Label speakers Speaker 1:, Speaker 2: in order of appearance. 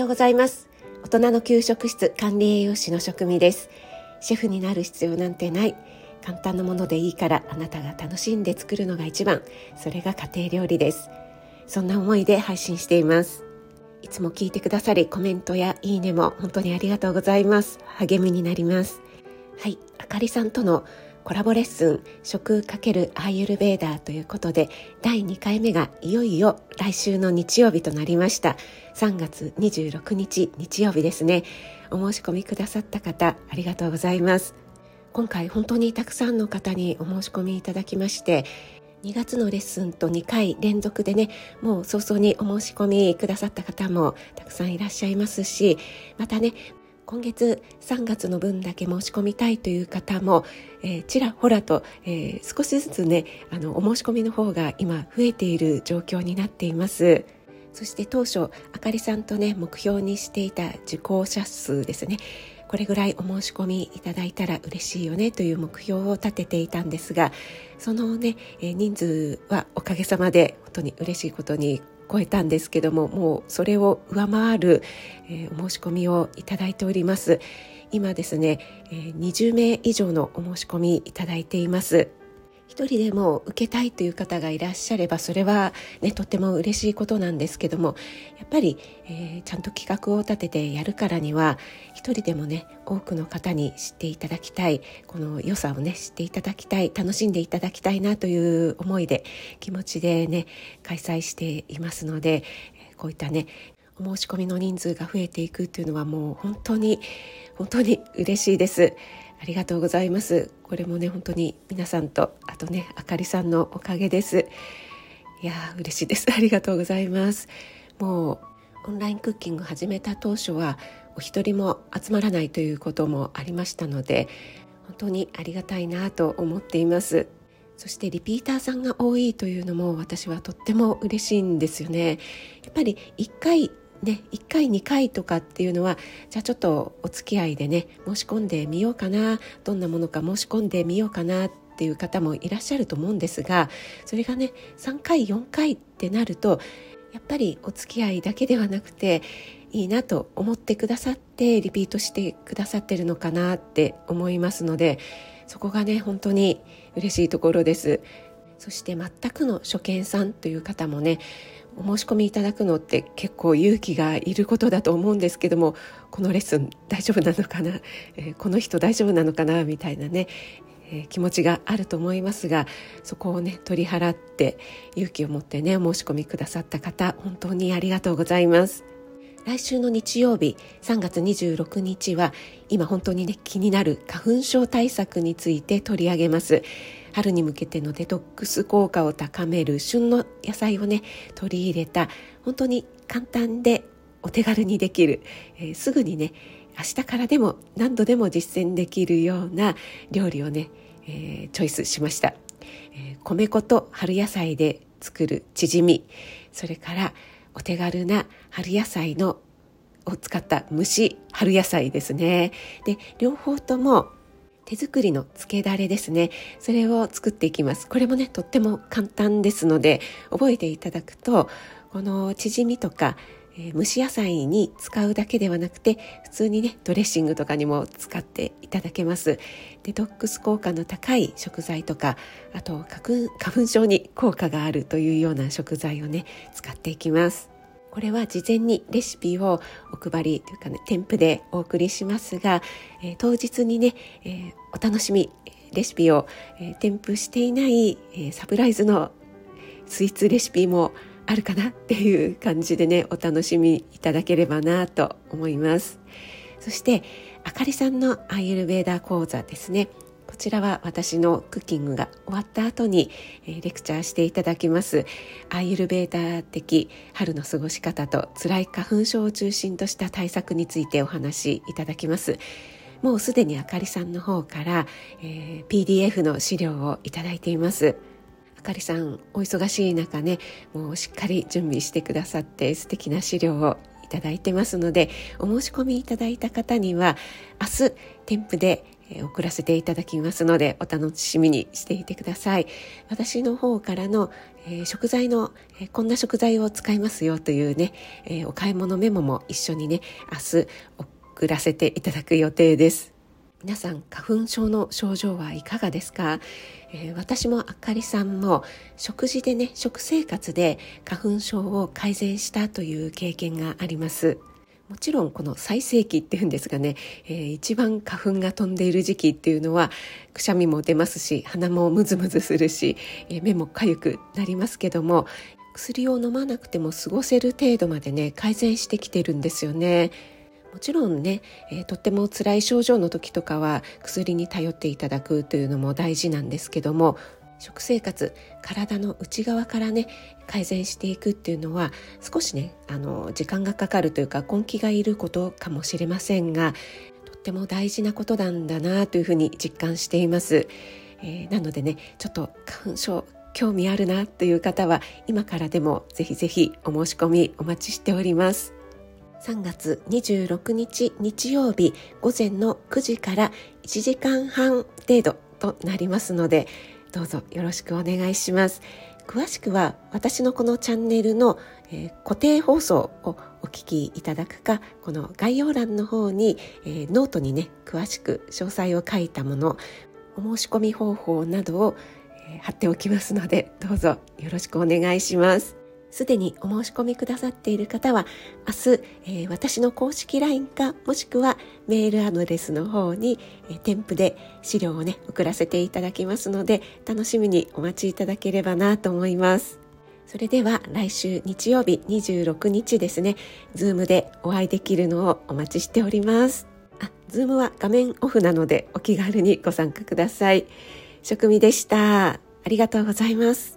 Speaker 1: ようございます。大人の給食室管理栄養士の食味です。シェフになる必要なんてない。簡単なものでいいからあなたが楽しんで作るのが一番。それが家庭料理です。そんな思いで配信しています。いつも聞いてくださり、コメントやいいねも本当にありがとうございます。励みになります。はい、あかりさんとのコラボレッスン食×アーユルベーダーということで、第2回目がいよいよ来週の日曜日となりました。3月26日日曜日ですね。お申し込みくださった方ありがとうございます。今回本当にたくさんの方にお申し込みいただきまして、2月のレッスンと2回連続でね、もう早々にお申し込みくださった方もたくさんいらっしゃいますし、またね、今月3月の分だけ申し込みたいという方も、ちらほらと、少しずつね、お申し込みの方が今増えている状況になっています。そして当初あかりさんとね、目標にしていた受講者数ですね、これぐらいお申し込みいただいたら嬉しいよねという目標を立てていたんですが、そのね、人数はおかげさまで本当に嬉しいことに超えたんですけども、もうそれを上回る、お申し込みをいただいております。今ですね、20名以上のお申し込みいただいています。一人でも受けたいという方がいらっしゃれば、それはね、とっても嬉しいことなんですけども、やっぱり、ちゃんと企画を立ててやるからには、一人でもね、多くの方に知っていただきたい、この良さをね、知っていただきたい、楽しんでいただきたいなという思いで、気持ちでね、開催していますので、こういったね、お申し込みの人数が増えていくというのはもう本当に嬉しいです。ありがとうございます。これもね、本当に皆さんと、あとね、あかりさんのおかげです。いやー、嬉しいです。ありがとうございます。もうオンラインクッキング始めた当初はお一人も集まらないということもありましたので、本当にありがたいなと思っています。そしてリピーターさんが多いというのも私はとっても嬉しいんですよね。やっぱり1回2回とかっていうのは、じゃあちょっとお付き合いでね、申し込んでみようかな、どんなものか申し込んでみようかなっていう方もいらっしゃると思うんですが、それがね、3回4回ってなると、やっぱりお付き合いだけではなくて、いいなと思ってくださってリピートしてくださってるのかなって思いますので、そこがね、本当に嬉しいところです。そして全くの初見さんという方もね、お申し込みいただくのって結構勇気がいることだと思うんですけども、このレッスン大丈夫なのかな、この人大丈夫なのかなみたいなね、気持ちがあると思いますが、そこをね、取り払って勇気を持ってね、お申し込みくださった方、本当にありがとうございます。来週の日曜日3月26日は今本当にね、気になる花粉症対策について取り上げます。春に向けてのデトックス効果を高める旬の野菜をね、取り入れた本当に簡単でお手軽にできる、すぐにね、明日からでも何度でも実践できるような料理をね、チョイスしました。米粉と春野菜で作るチヂミ、それからお手軽な春野菜を使った蒸し春野菜ですね。で、両方とも手作りの漬けだれですね。それを作っていきます。これもね、とっても簡単ですので、覚えていただくと、このチヂミとか、蒸し野菜に使うだけではなくて、普通にね、ドレッシングとかにも使っていただけます。デトックス効果の高い食材とか、あと花粉症に効果があるというような食材をね、使っていきます。これは事前にレシピをお配りというかね、添付でお送りしますが、当日にね、お楽しみレシピを、添付していない、サプライズのスイーツレシピもあるかなっていう感じでね、お楽しみいただければなと思います。そしてあかりさんのアーユルヴェーダ講座ですね、こちらは私のクッキングが終わった後に、レクチャーしていただきますアーユルヴェーダ的春の過ごし方と辛い花粉症を中心とした対策についてお話しいただきます。もうすでにあかりさんの方から、PDF の資料をいただいています。あかりさんお忙しい中ね、もうしっかり準備してくださって素敵な資料をいただいてますので、お申し込みいただいた方には明日添付で、 送らせていただきますので、お楽しみにしていてください。私の方からの、食材の、こんな食材を使いますよというね、お買い物メモも一緒にね、明日送らせていただく予定です。皆さん、花粉症の症状はいかがですか？私もあかりさんも食事でね、食生活で花粉症を改善したという経験があります。もちろんこの最盛期っていうんですがね、一番花粉が飛んでいる時期っていうのはくしゃみも出ますし、鼻もムズムズするし、目もかゆくなりますけども、薬を飲まなくても過ごせる程度までね、改善してきてるんですよね。もちろんね、とっても辛い症状の時とかは薬に頼っていただくというのも大事なんですけども、食生活、体の内側からね改善していくっていうのは少しね時間がかかるというか根気がいることかもしれませんが、とっても大事なことなんだなというふうに実感しています。なのでね、ちょっと花粉症興味あるなという方は今からでもぜひぜひお申し込みお待ちしております。3月26日日曜日午前の9時から1時間半程度となりますので、どうぞよろしくお願いします。詳しくは私のこのチャンネルの、固定放送をお聞きいただくか、この概要欄の方に、ノートにね詳しく詳細を書いたもの、お申し込み方法などを、貼っておきますので、どうぞよろしくお願いします。すでにお申し込みくださっている方は明日、私の公式 LINE かもしくはメールアドレスの方に、添付で資料をね送らせていただきますので、楽しみにお待ちいただければなと思います。それでは来週日曜日26日ですね、Zoom でお会いできるのをお待ちしております。Zoom は画面オフなのでお気軽にご参加ください。食味でした。ありがとうございます。